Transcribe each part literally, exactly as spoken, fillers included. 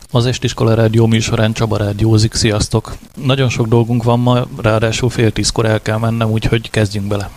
Az Estiskola Rádió műsorán Csaba rádiózik, sziasztok! Nagyon sok dolgunk van ma, ráadásul fél tízkor el kell mennem, úgyhogy kezdjünk bele.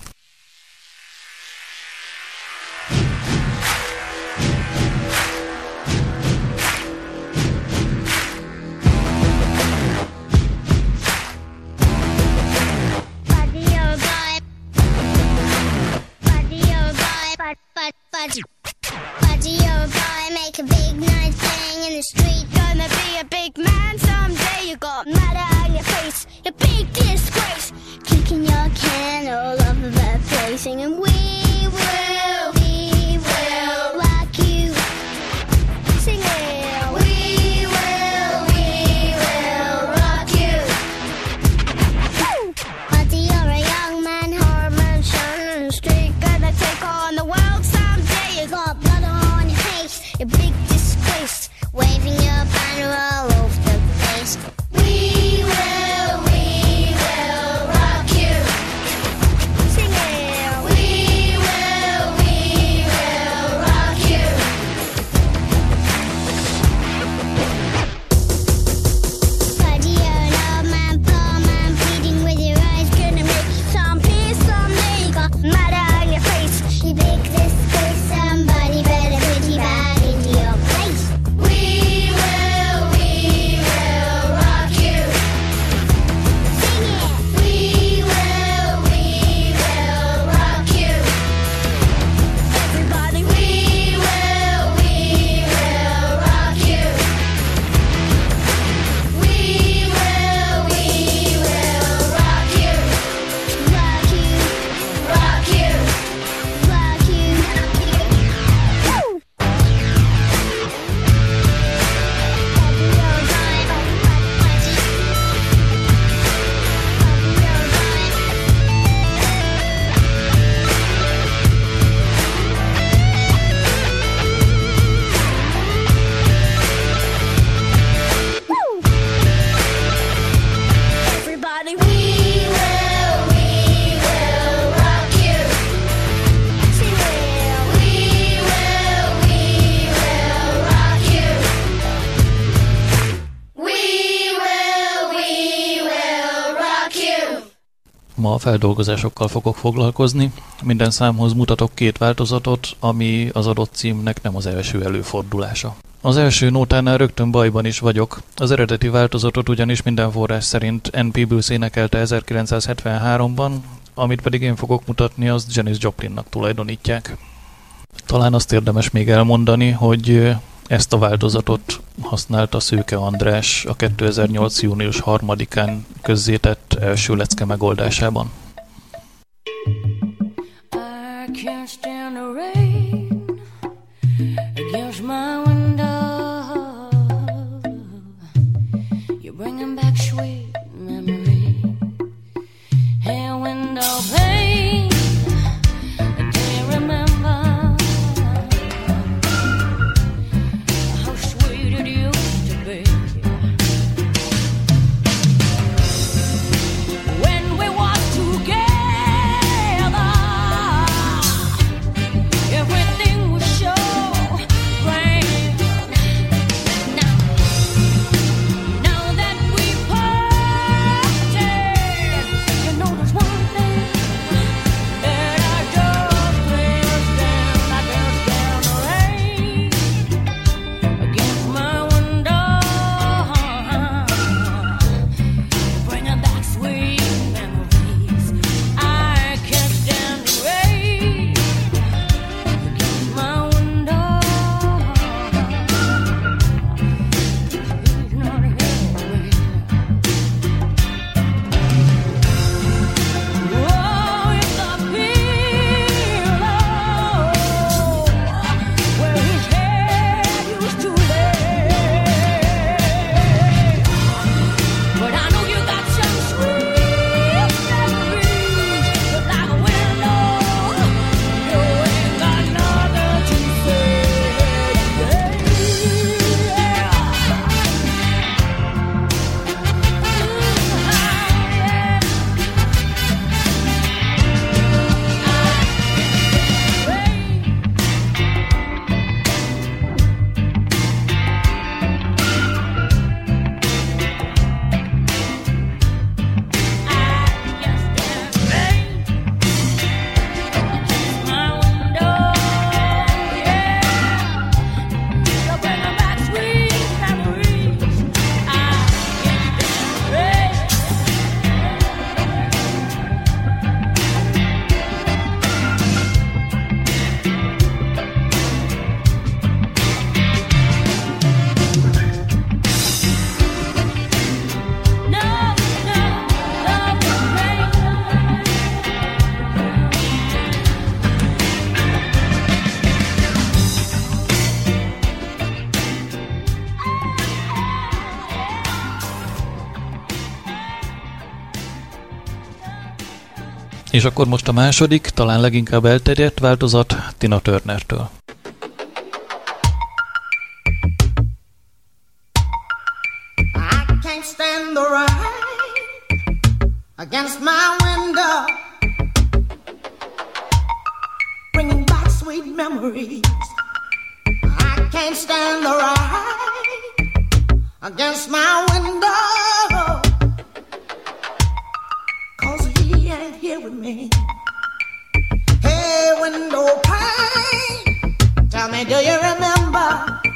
Ma a feldolgozásokkal fogok foglalkozni. Minden számhoz mutatok két változatot, ami az adott címnek nem az első előfordulása. Az első nótánál rögtön bajban is vagyok. Az eredeti változatot ugyanis minden forrás szerint Ann Peebles énekelte ezerkilencszázhetvenháromban, amit pedig én fogok mutatni, azt Janis Joplinnak tulajdonítják. Talán azt érdemes még elmondani, hogy ezt a változatot használta Szőke András a kétezer-nyolc. június harmadikán közzétett első lecke megoldásában. I can't stand the rain against my window. You're bringing back sweet memory. Hey, window pane, do you remember? Now that we part És akkor most a második, talán leginkább elterjedt változat Tina Turnertől. I can't stand the rain against my window, bringing back sweet memories. I can't stand the rain against my window, 'cause he ain't here with me. Hey, window pane, tell me, do you remember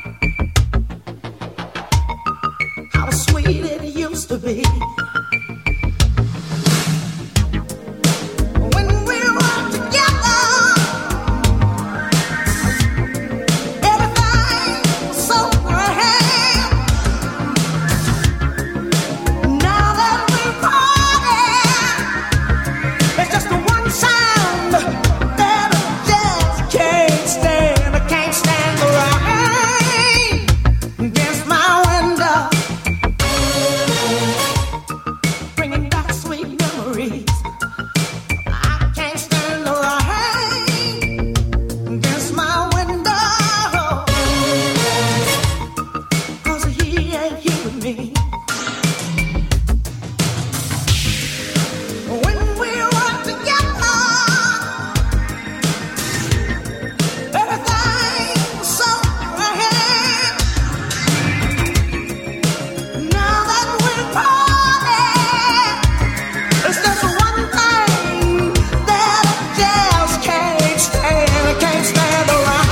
how sweet it used to be? When we were together, everything was so grand. Now that we're parted, it's just the one sound that I just can't stand. I can't stand the rain against my window, bringing back sweet memories. I can't stand the rain against my window, 'cause he ain't here with me. When we were together, everything was so grand. Now that we're parted, it's just one thing that I just can't stand. I can't stand the rain.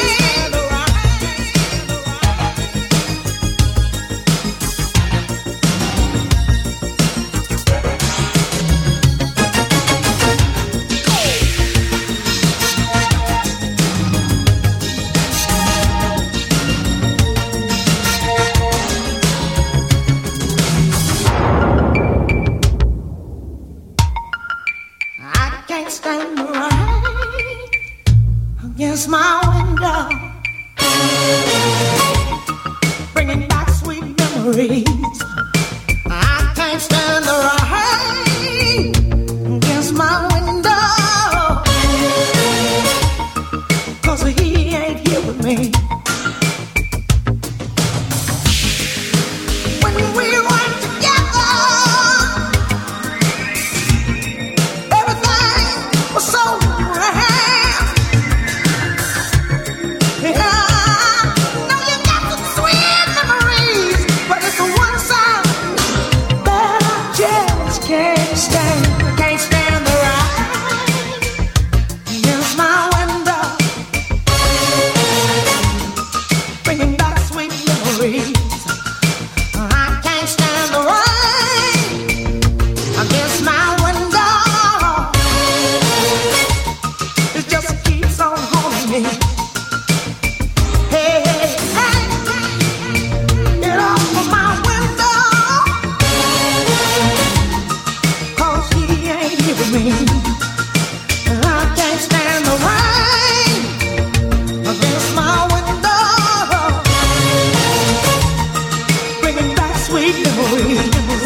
I can't stand the rain against my window, bringing back sweet memories. I can't stand the rain against my window, 'cause he ain't here with me. When we were together, everything was so grand. Yeah, now you got some sweet memories, but it's the one sound that I just can't stand. Can't stand the rain against my window, bringing back sweet memories. I can't stand the rain against my window, it just keeps on haunting me. Hey, hey, hey, get off of my window, 'cause he ain't here with me. I can't stand the rain against my window, bringing back sweet memories.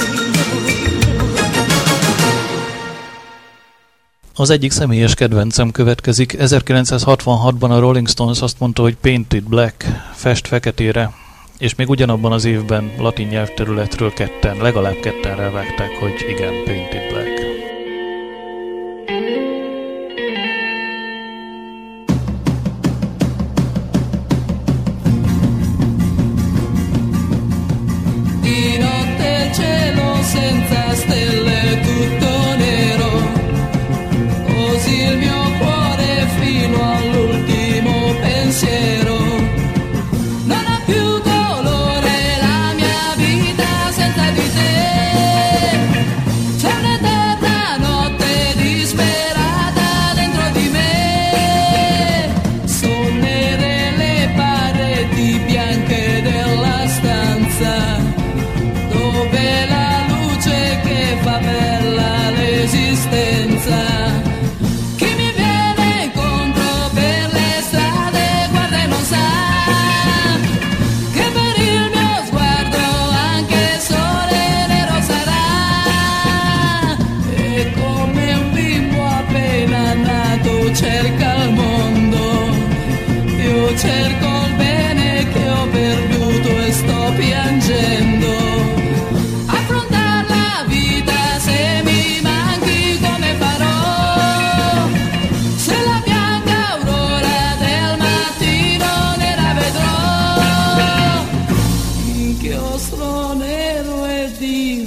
Az egyik személyes kedvencem következik. ezerkilencszázhatvanhatban a Rolling Stones azt mondta, hogy Painted Black, fest feketére, és még ugyanabban az évben latin nyelvterületről ketten, legalább ketten rávágták, hogy igen, Painted Black. Di notte il cielo senza stelle tutto nero, così il mio cuore fino all'ultimo pensiero. Non ha più colore la mia vita senza di te. C'è un'eterna notte disperata dentro di me. Sono nere le pareti bianche della stanza, dove la luce che fa bella l'esistenza. Chi mi viene incontro per le strade guarda e non sa che per il mio sguardo anche il sole nero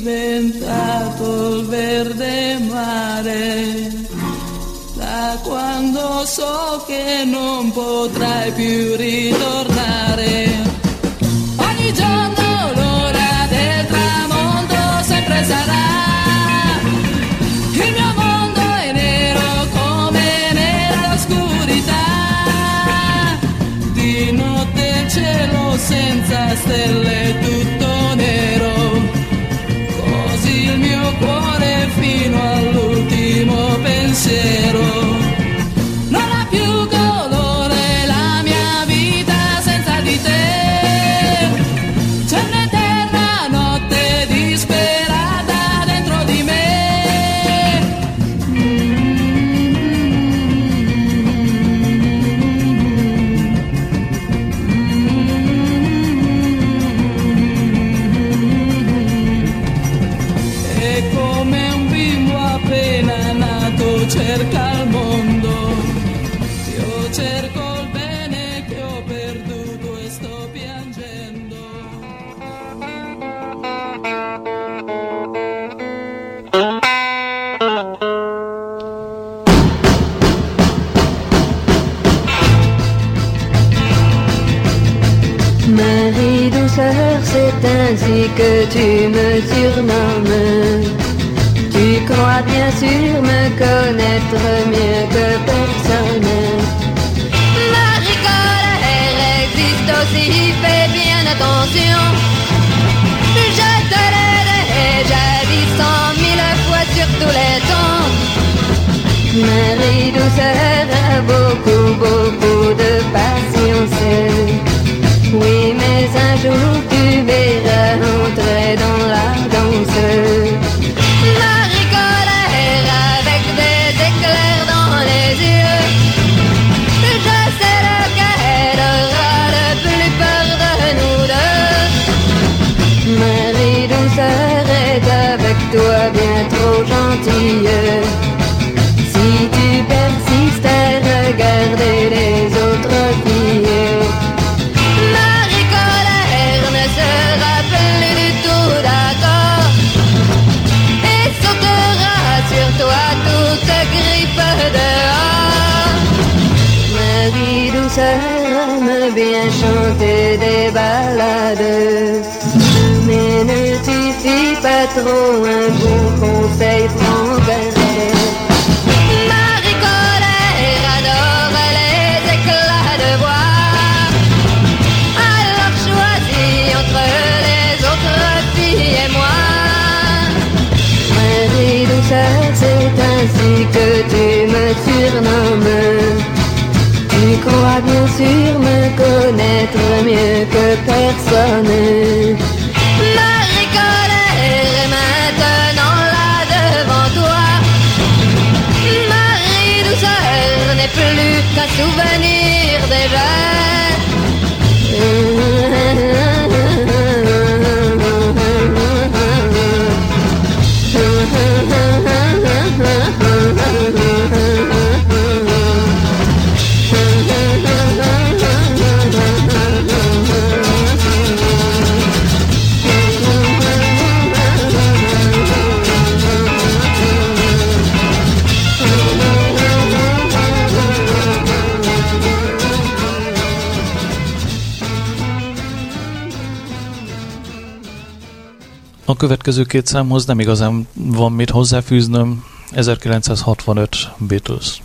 diventato il verde mare, da quando so che non potrai più ritornare. Ogni giorno l'ora del tramonto sempre sarà, il mio mondo è nero come nera l'oscurità, di notte il cielo senza stelle tutto nero, così il mio cuore fino all'ultimo pensiero. Non ha più colore la mia vita senza di te, c'è un'eterna notte disperata dentro di me. È come un bimbo appena nato cerca il mondo, io cerco il bene che ho perduto e sto piangendo. Marie douceur, c'est ainsi que tu me surnommes. Tu crois bien sûr me connaître mieux que personne. Marie colère existe aussi, fais bien attention. Je te l'ai déjà dit cent mille fois sur tous les tons. Marie douceur a beaucoup, beaucoup de patience. Oui, mais un jour tu verras entrer dans la danse. Marie colère avec des éclairs dans les yeux. Je sais lequel aura le plus peur de nous deux. Marie douceur est avec toi bien trop gentille. Si tu persistes à regarder les autres filles, Marie colère ne sera plus du tout d'accord et sautera sur toi toute griffe dehors. Marie douceur aime bien chanter des ballades, mais ne t'y fie pas trop, un bon conseil t'enverrait. Marie colère adore les éclats de voix, alors choisis entre les autres filles et moi. Marie douceur, c'est ainsi que tu me surnommes. Tu crois bien sûr me connaître mieux que personne. Marie colère est maintenant là devant toi. Marie douceur n'est plus qu'un souvenir déjà. A következő két számhoz nem igazán van mit hozzáfűznöm. ezerkilencszázhatvanöt Beatles.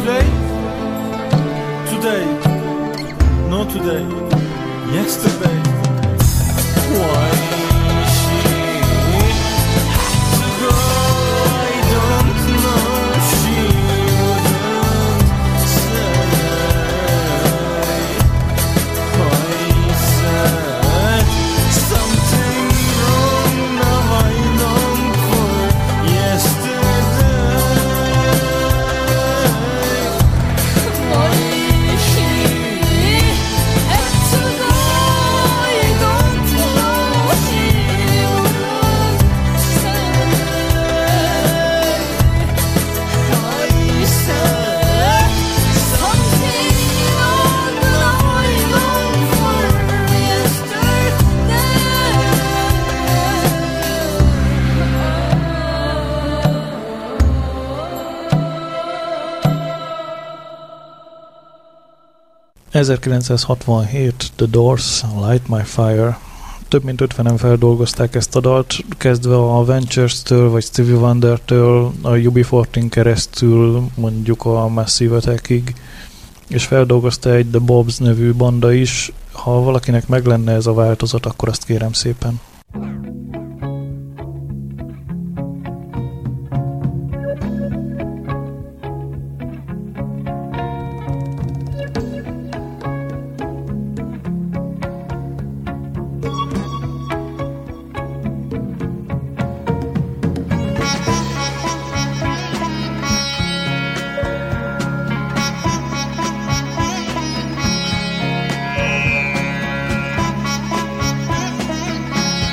Yesterday, today, not today, yesterday. Why she had to go, I don't know. She wouldn't say. I said something wrong, now I long for yesterday. Why she had to go, I don't know. She wouldn't say. I said something wrong, now I long for ezerkilencszázhatvanhét The Doors, Light My Fire. Több mint ötvenen feldolgozták ezt a dalt, kezdve a Ventures-től vagy Stevie Wonder-től, a U B negyven keresztül mondjuk a Massive Attack-ig, és feldolgozta egy The Bobs nevű banda is. Ha valakinek meg lenne ez a változat, akkor azt kérem szépen. I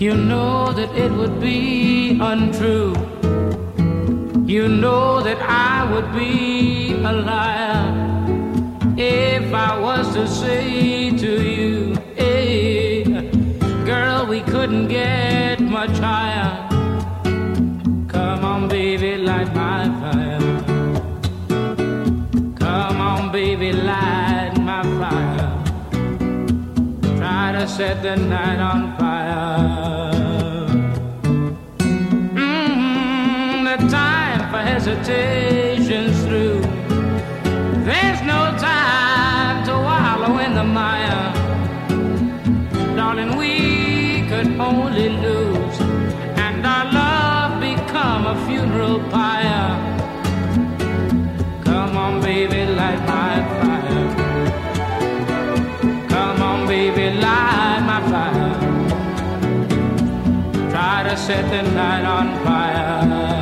You know that it would be untrue. You know that I would be a liar if I was to say to you, hey, girl, we couldn't get much higher. Come on, baby, light my fire. Come on, baby, light my fire. Try to set the night on fire. Mm, the time for hesitation's through. There's no time to wallow in the mire. Darling, we could only lose, and our love become a funeral pyre. Come on, baby, light my fire. Come on, baby, light my fire. Try to set the night on fire.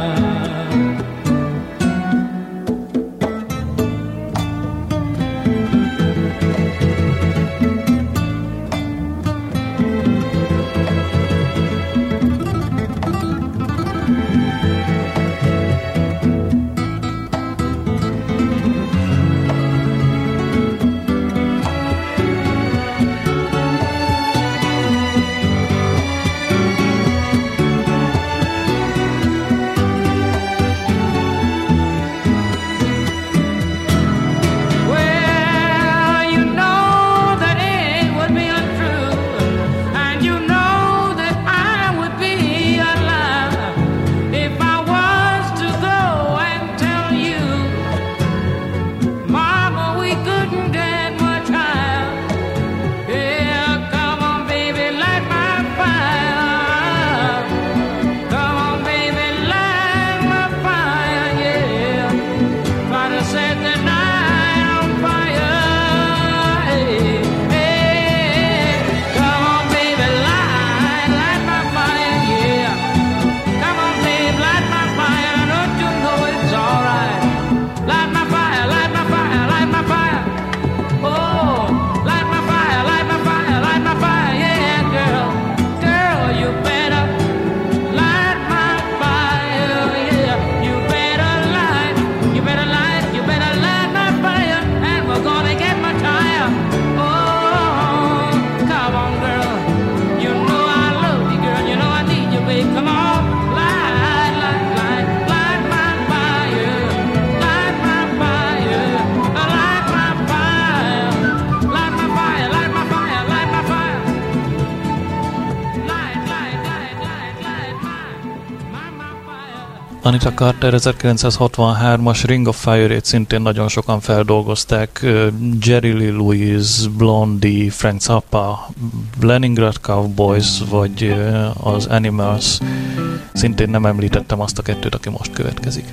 Anita Carter ezerkilencszázhatvanhármas Ring of Fire-ét szintén nagyon sokan feldolgozták. Jerry Lee Lewis, Blondie, Frank Zappa, Leningrad Cowboys vagy az Animals. Szintén nem említettem azt a kettőt, aki most következik.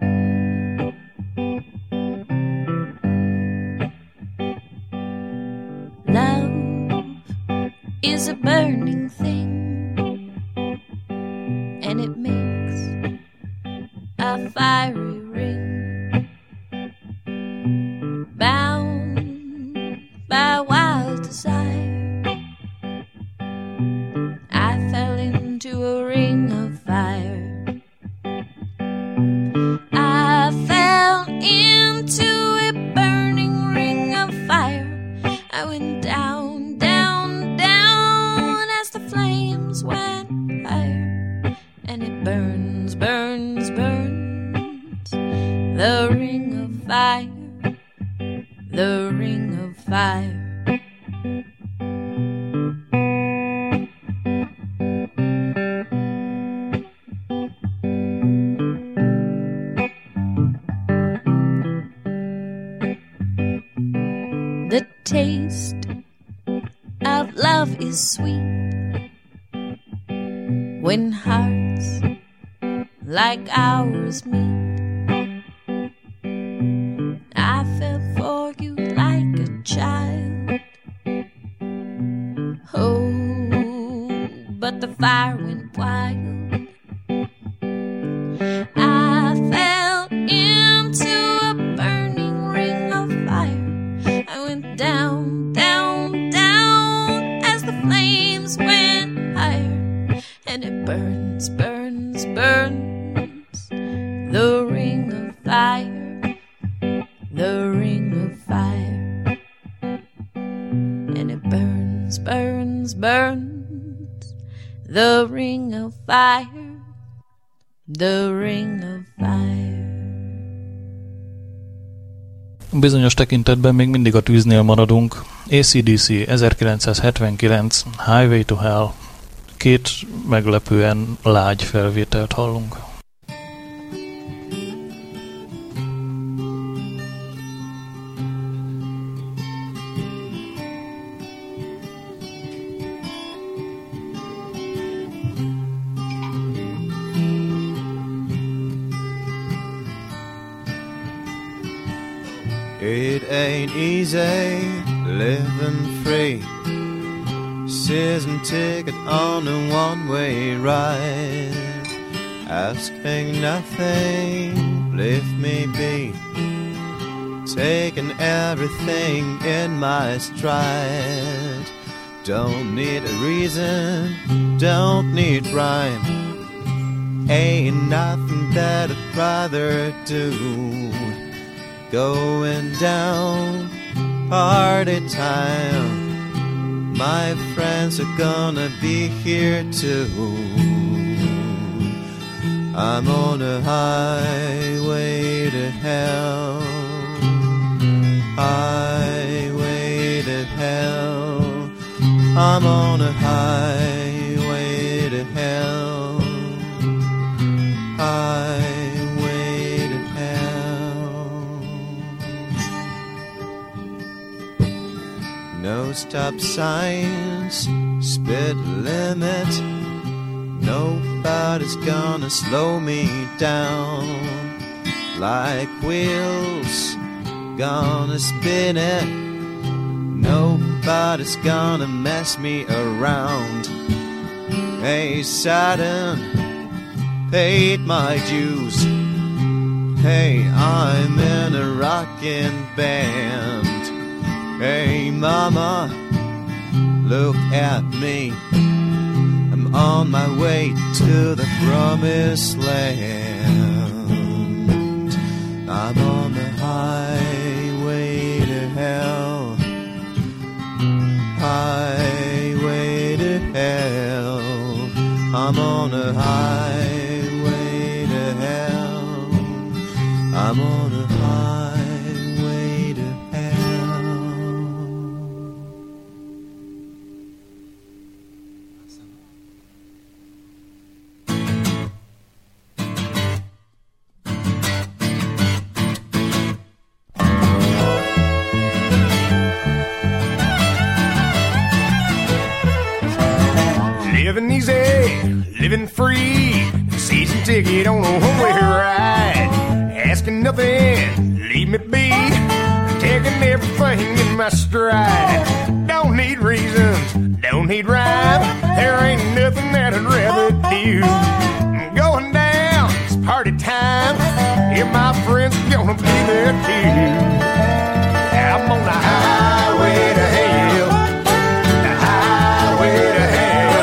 Love is a burning thing, and it makes a fiery ring, bound by wild desire. I fell into a ring of fire. I fell into a burning ring of fire. I went down, down, down as the flames went higher, and it burns, burns, burns. The ring of fire, the ring of fire. The taste of love is sweet when hearts like ours meet. I fell for you like a child. Oh, but the fire went wild. I fell into a burning ring of fire. I went down, down, down as the flames went higher, the ring of fire, the ring of fire. Bizonyos tekintetben még mindig a tűznél maradunk. á cé dé cé ezerkilencszázhetvenkilenc Highway to Hell. Két meglepően lágy felvételt hallunk. It ain't easy living free. Season ticket on a one-way ride. Asking nothing, leave me be. Taking everything in my stride. Don't need a reason, don't need rhyme. Ain't nothing that I'd rather do. Going down, party time. My friends are gonna be here too. I'm on a highway to hell. Highway to hell. I'm on a highway to hell. Highway to hell. No stop signs, speed limit. Nobody's gonna slow me down. Like wheels, gonna spin it. Nobody's gonna mess me around. Hey, Saturn, paid my dues. Hey, I'm in a rockin' band. Hey, mama, look at me. I'm on my way to the promised land. I'm on the highway to hell. Highway to hell. I'm on a highway to hell. I'm on a highway to hell. Living easy, living free, season ticket on a one-way ride. Asking nothing, leave me be, taking everything in my stride. Don't need reasons, don't need rhyme, there ain't nothing that I'd rather do. I'm going down, it's party time, yeah, my friends are gonna be there too. I'm on the highway to hell, the highway to hell.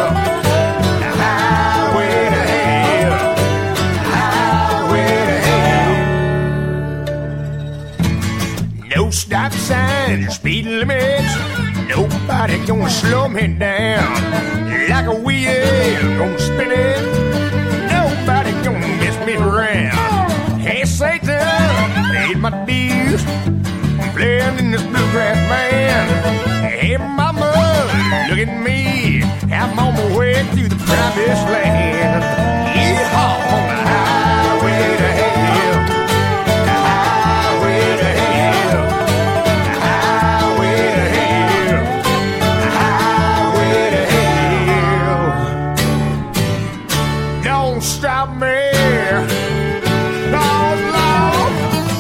No stop signs, speed limits. Nobody gonna slow me down. Like a wheel, gonna spin it. Nobody gonna mess me around. Hey, Satan, paid my dues. I'm playing in this bluegrass band. Hey, mama, look at me. I'm on my way to the promised land. Yeah, on the highway to hell. The highway to hell. Stop me, Lord, Lord.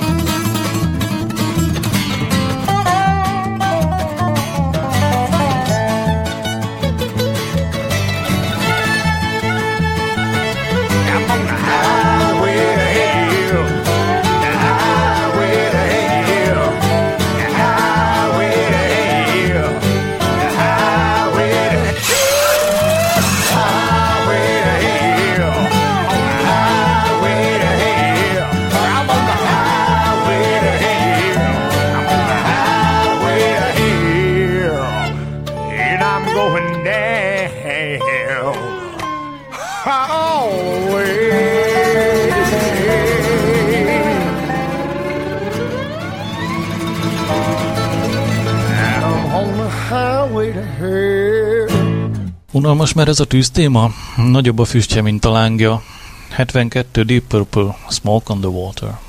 I'm on the highway to hell, the highway to hell, the highway to hell, the highway to hell, highway to hell. Highway Unalmas már ez a tűztéma? Nagyobb a füstje, mint a lángja. hetvenkettő Deep Purple, Smoke on the Water.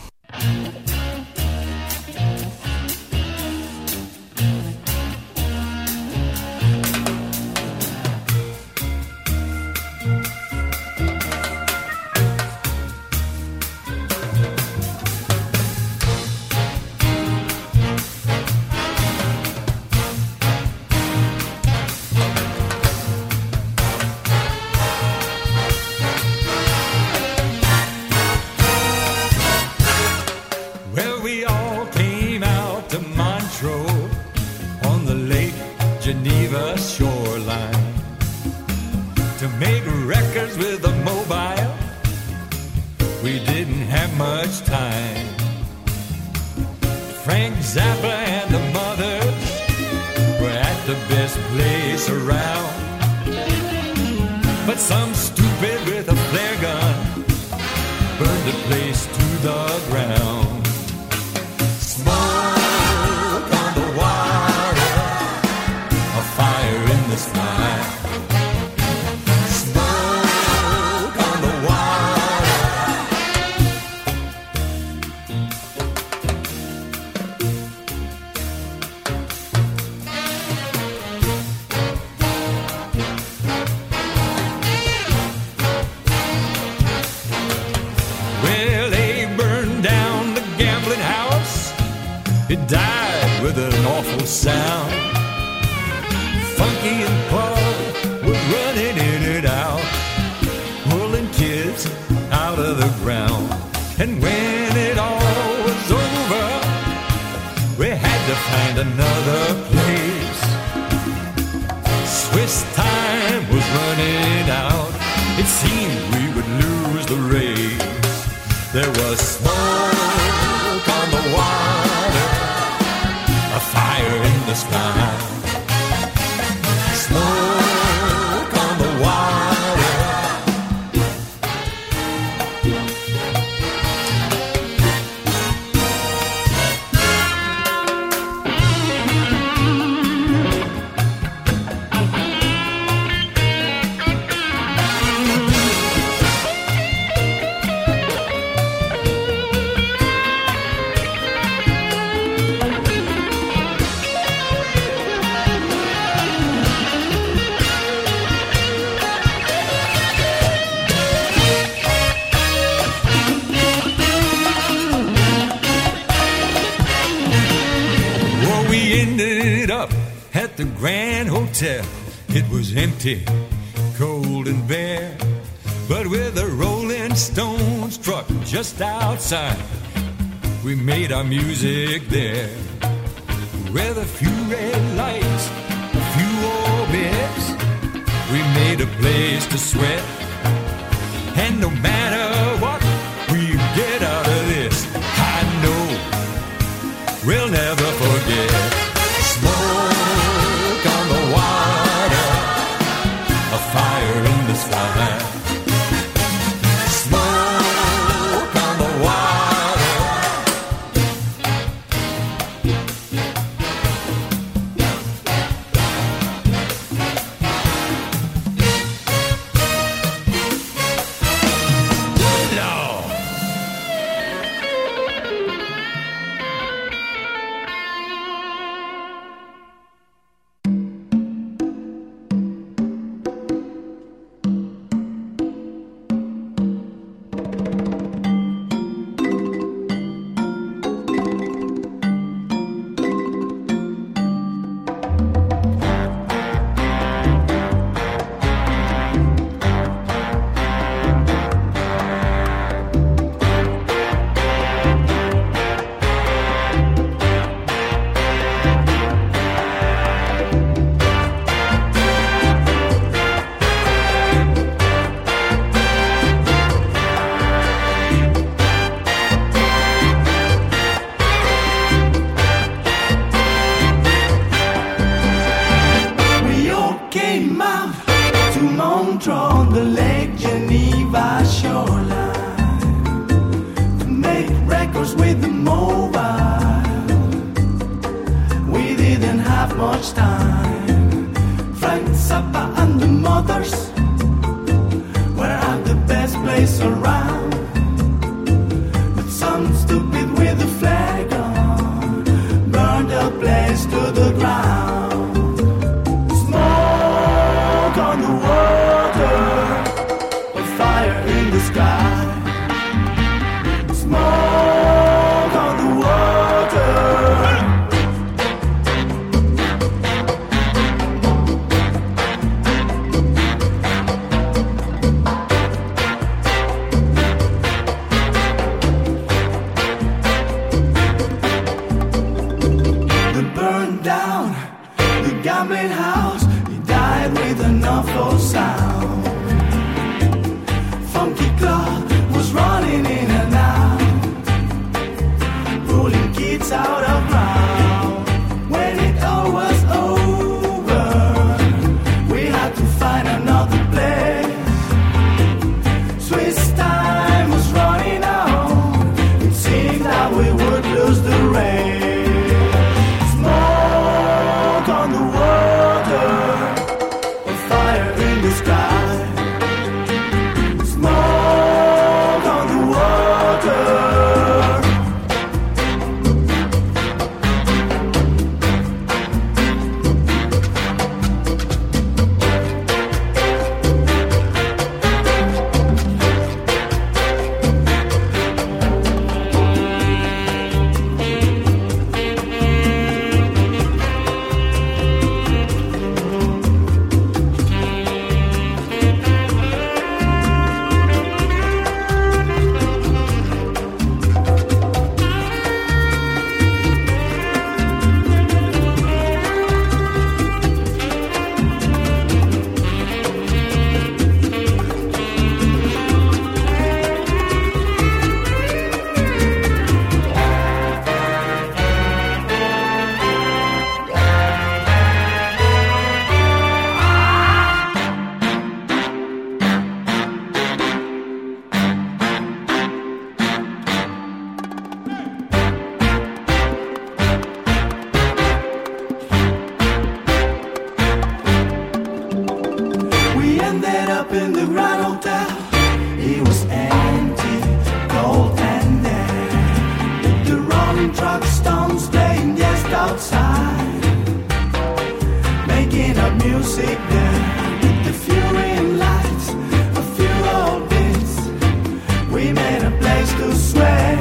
It was empty, cold and bare, but with a Rolling Stones truck just outside, we made our music there. With a few red lights, a few old beds, we made a place to sweat. And no matter what we get out of this, I know we'll never forget. Smoke on the water, a fire in the sky. Smoke on the water. Lord. much time. Frank Zappa and the mother music down with the fury lights, a few old bits. We made a place to swear.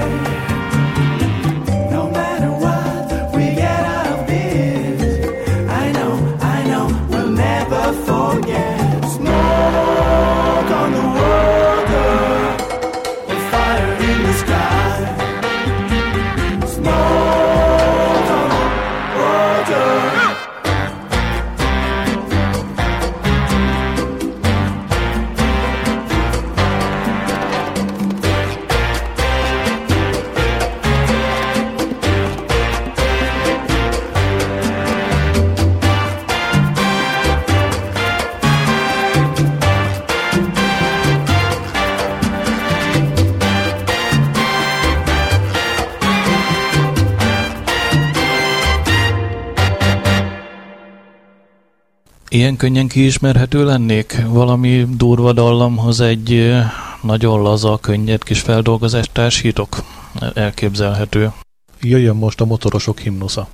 No matter what, we get out of this. I know, I know, we'll never forget. Smoke on the water, or fire in the sky. Smoke on the water. Ilyen könnyen kiismerhető lennék? Valami durva dallamhoz egy ö, nagyon laza, könnyed kis feldolgozást társítok? Elképzelhető. Jöjjön most a motorosok himnusza.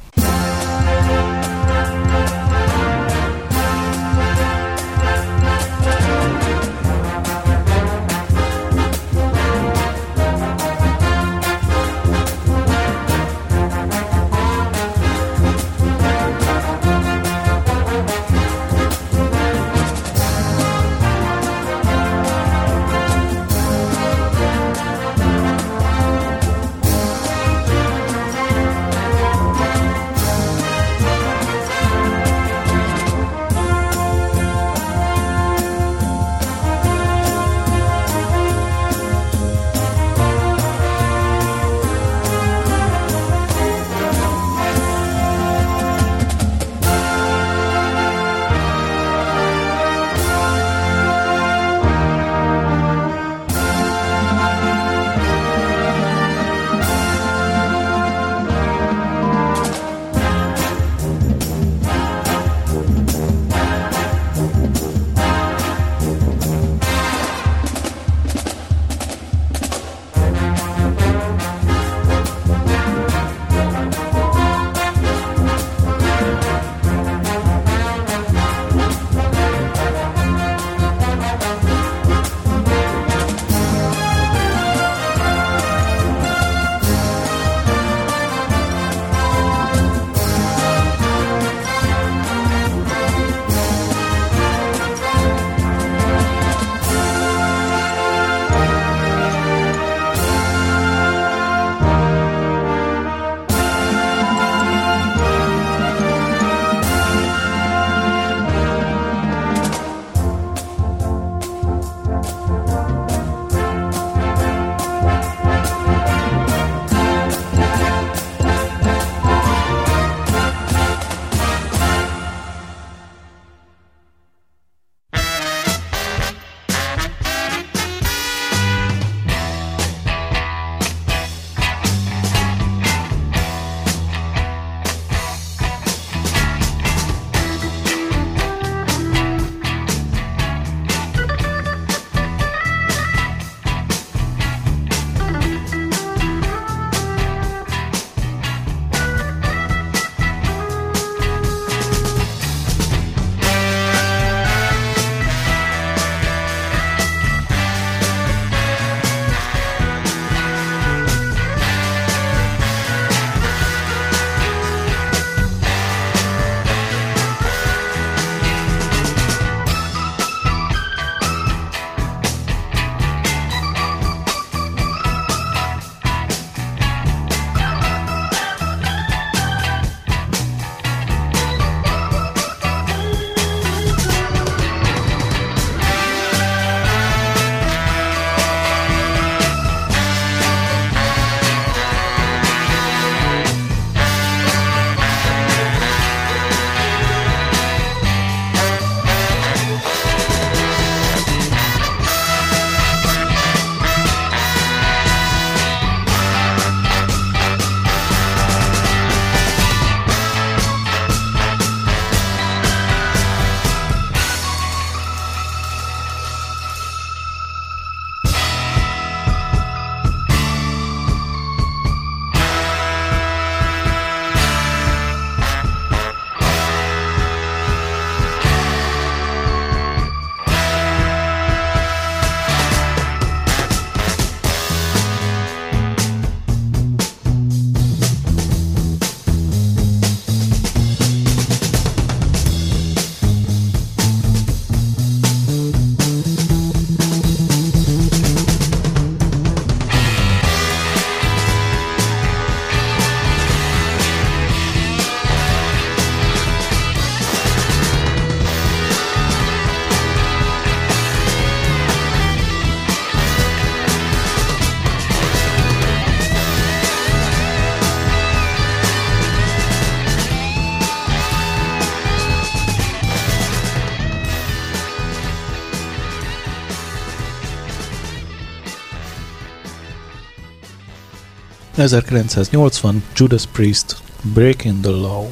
ezerkilencszáznyolcvan Judas Priest, Breaking the Law.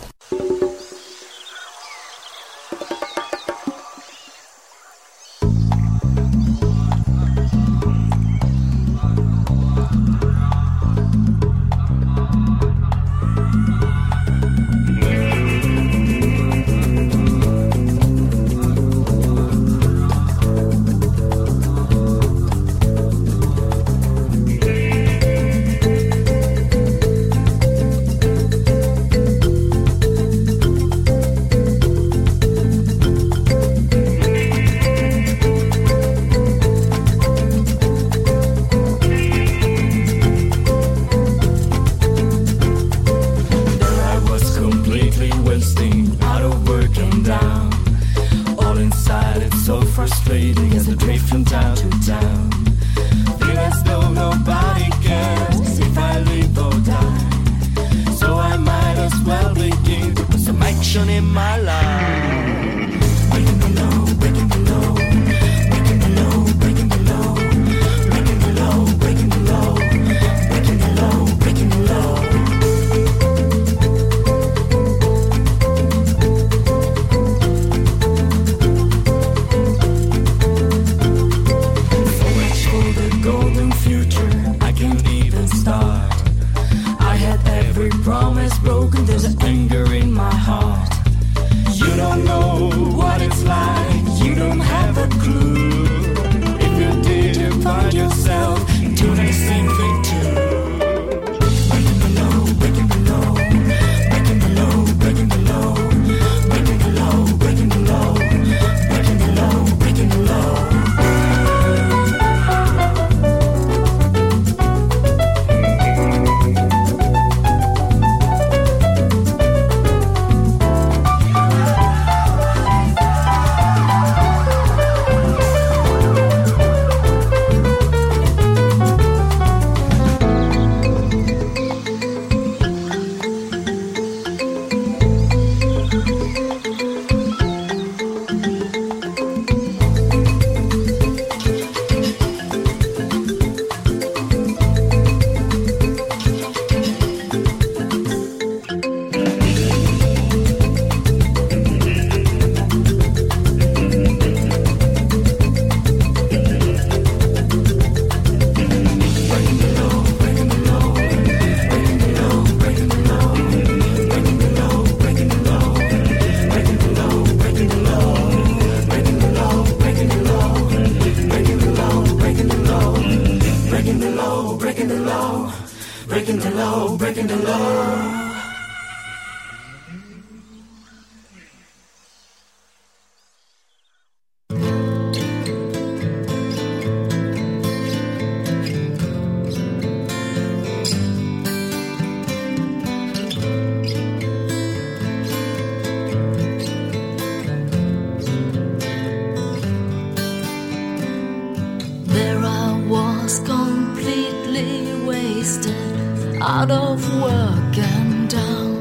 Out of work and down,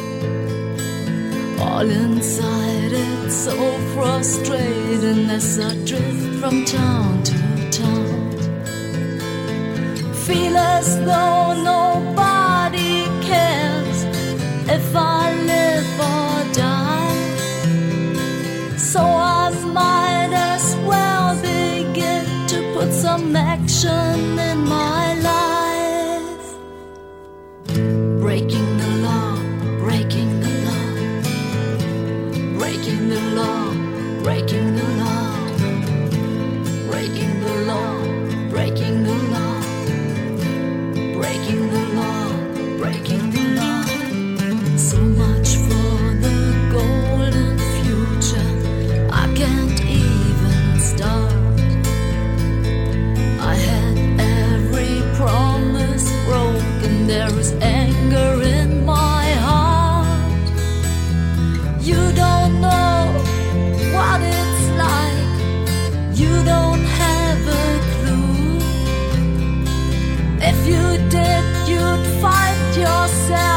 all inside it's so frustrating as I drift from town to town. Feel as though nobody cares if I live or die, so I might as well begin to put some action in my life. Breaking the law, breaking the law, breaking the law, breaking the law, breaking the law, breaking the law, breaking the law, breaking the law. So much for the golden future, I can't even start. I had every promise broken, there is anger in my heart. You don't know what it's like, you don't have a clue. If you did, you'd find yourself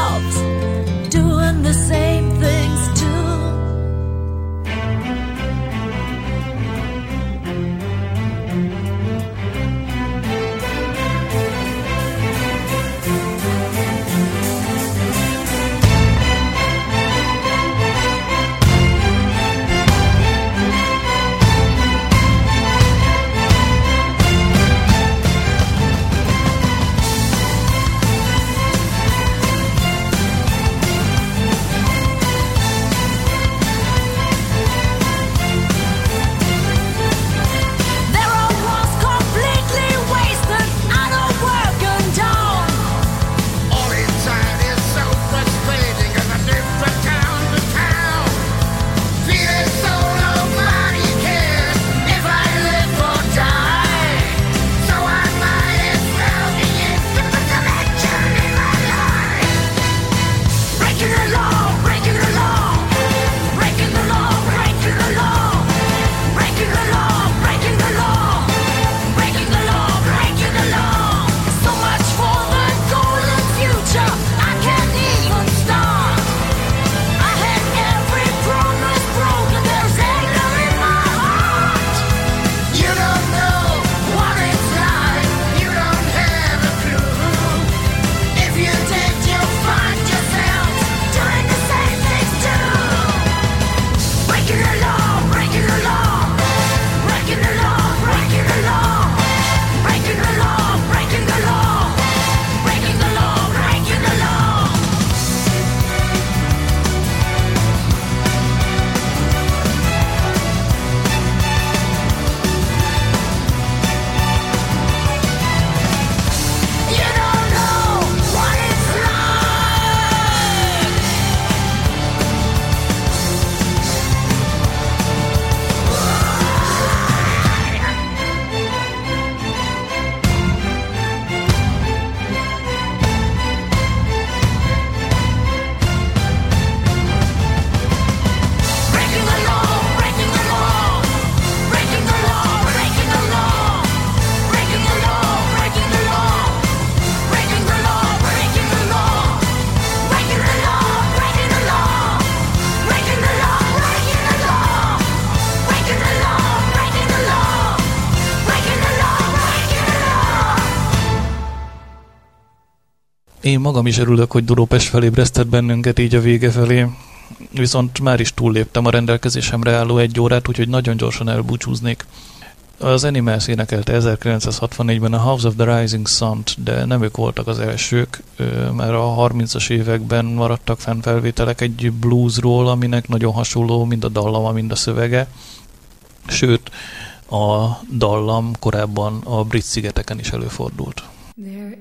Én magam is örülök, hogy Durópest felébresztett bennünket így a vége felé, viszont már is túlléptem a rendelkezésemre álló egy órát, úgyhogy nagyon gyorsan elbúcsúznék. Az Animals énekelte ezerkilencszázhatvannégyben a House of the Rising Sun-t, de nem ők voltak az elsők, mert a harmincas években maradtak fenn felvételek egy bluesról, aminek nagyon hasonló mind a dallama, mind a szövege. Sőt, a dallam korábban a Brit-szigeteken is előfordult. There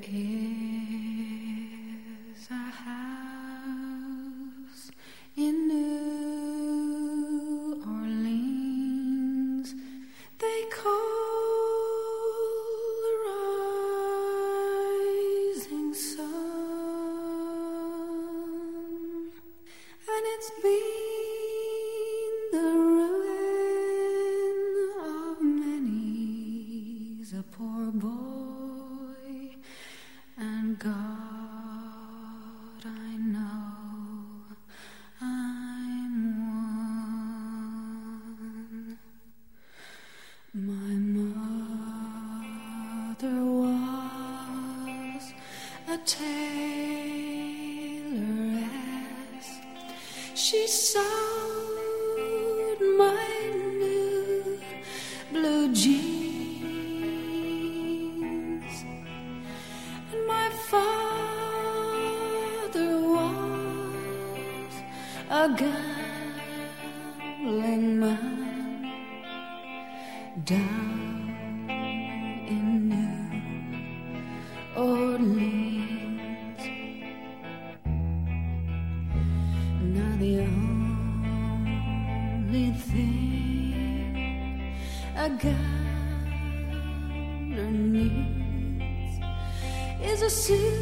is a house in New Orleans they call the rising sun, and it's been the ruin of many's a poor boy, and God, I know I'm one. My mother was a tailoress. She sewed my new blue jeans, and my father was a gambling man down in New Orleans. Now the only thing a gambler needs is a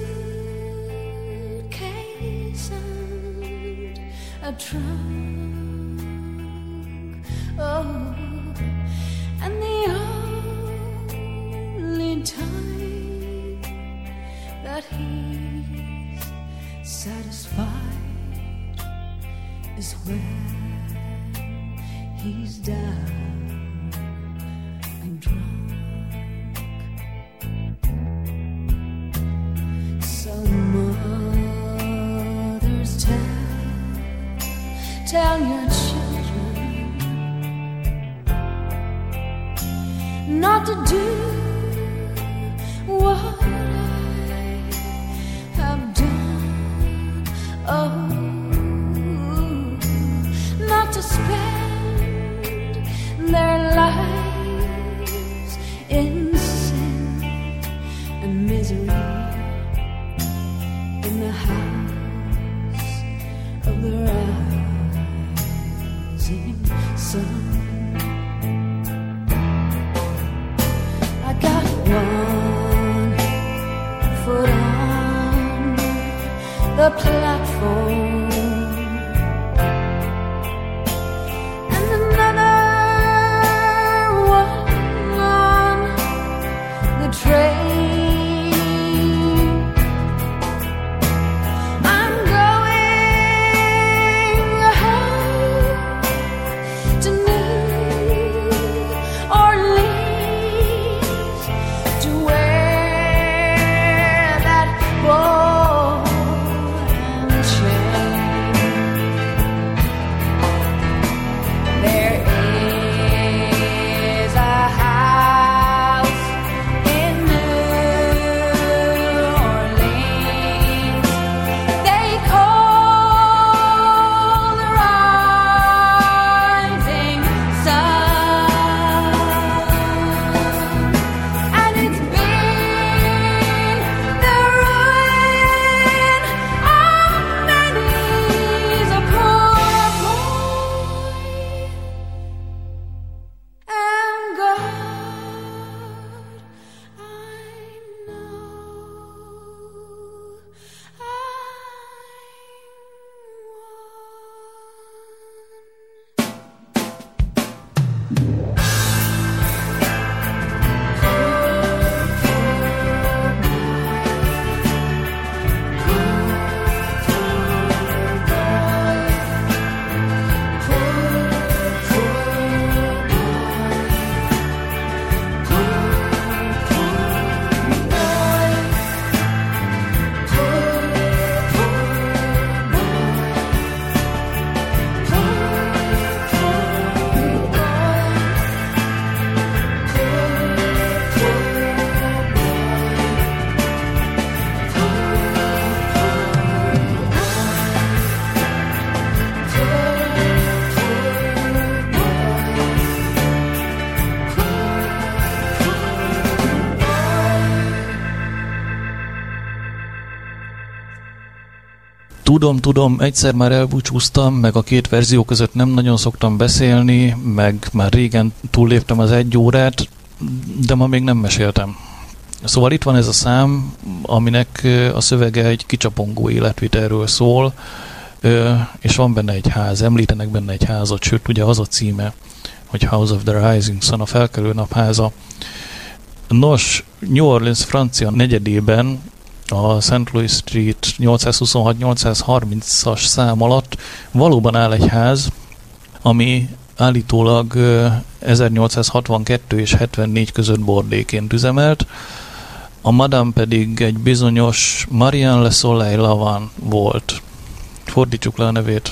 suitcase and a trunk. Oh, and the only time that he's satisfied is when he's down and drunk. So mothers, tell, tell your children not to do what I have done. Oh, not to spend their lives in sin and misery in the house of the rising sun. I got one foot on the platform and another one on the train. I'm going home to New Orleans to wear that ball and chain. Tudom, tudom, egyszer már elbúcsúztam, meg a két verzió között nem nagyon szoktam beszélni, meg már régen túlléptem az egy órát, de ma még nem meséltem. Szóval itt van ez a szám, aminek a szövege egy kicsapongó életvitelről szól, és van benne egy ház, említenek benne egy házat, sőt ugye az a címe, hogy House of the Rising Sun, a felkelő nap háza. Nos, New Orleans francia negyedében a Saint Louis Street nyolcszázhuszonhat nyolcszázharmincas szám alatt valóban áll egy ház, ami állítólag ezernyolcszázhatvankettő és hetvennégy között bordéként üzemelt, a madame pedig egy bizonyos Marianne Le Soleil Lavant volt. Fordítsuk le a nevét.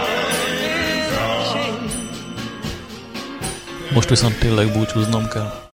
Most viszont tényleg búcsúznom kell.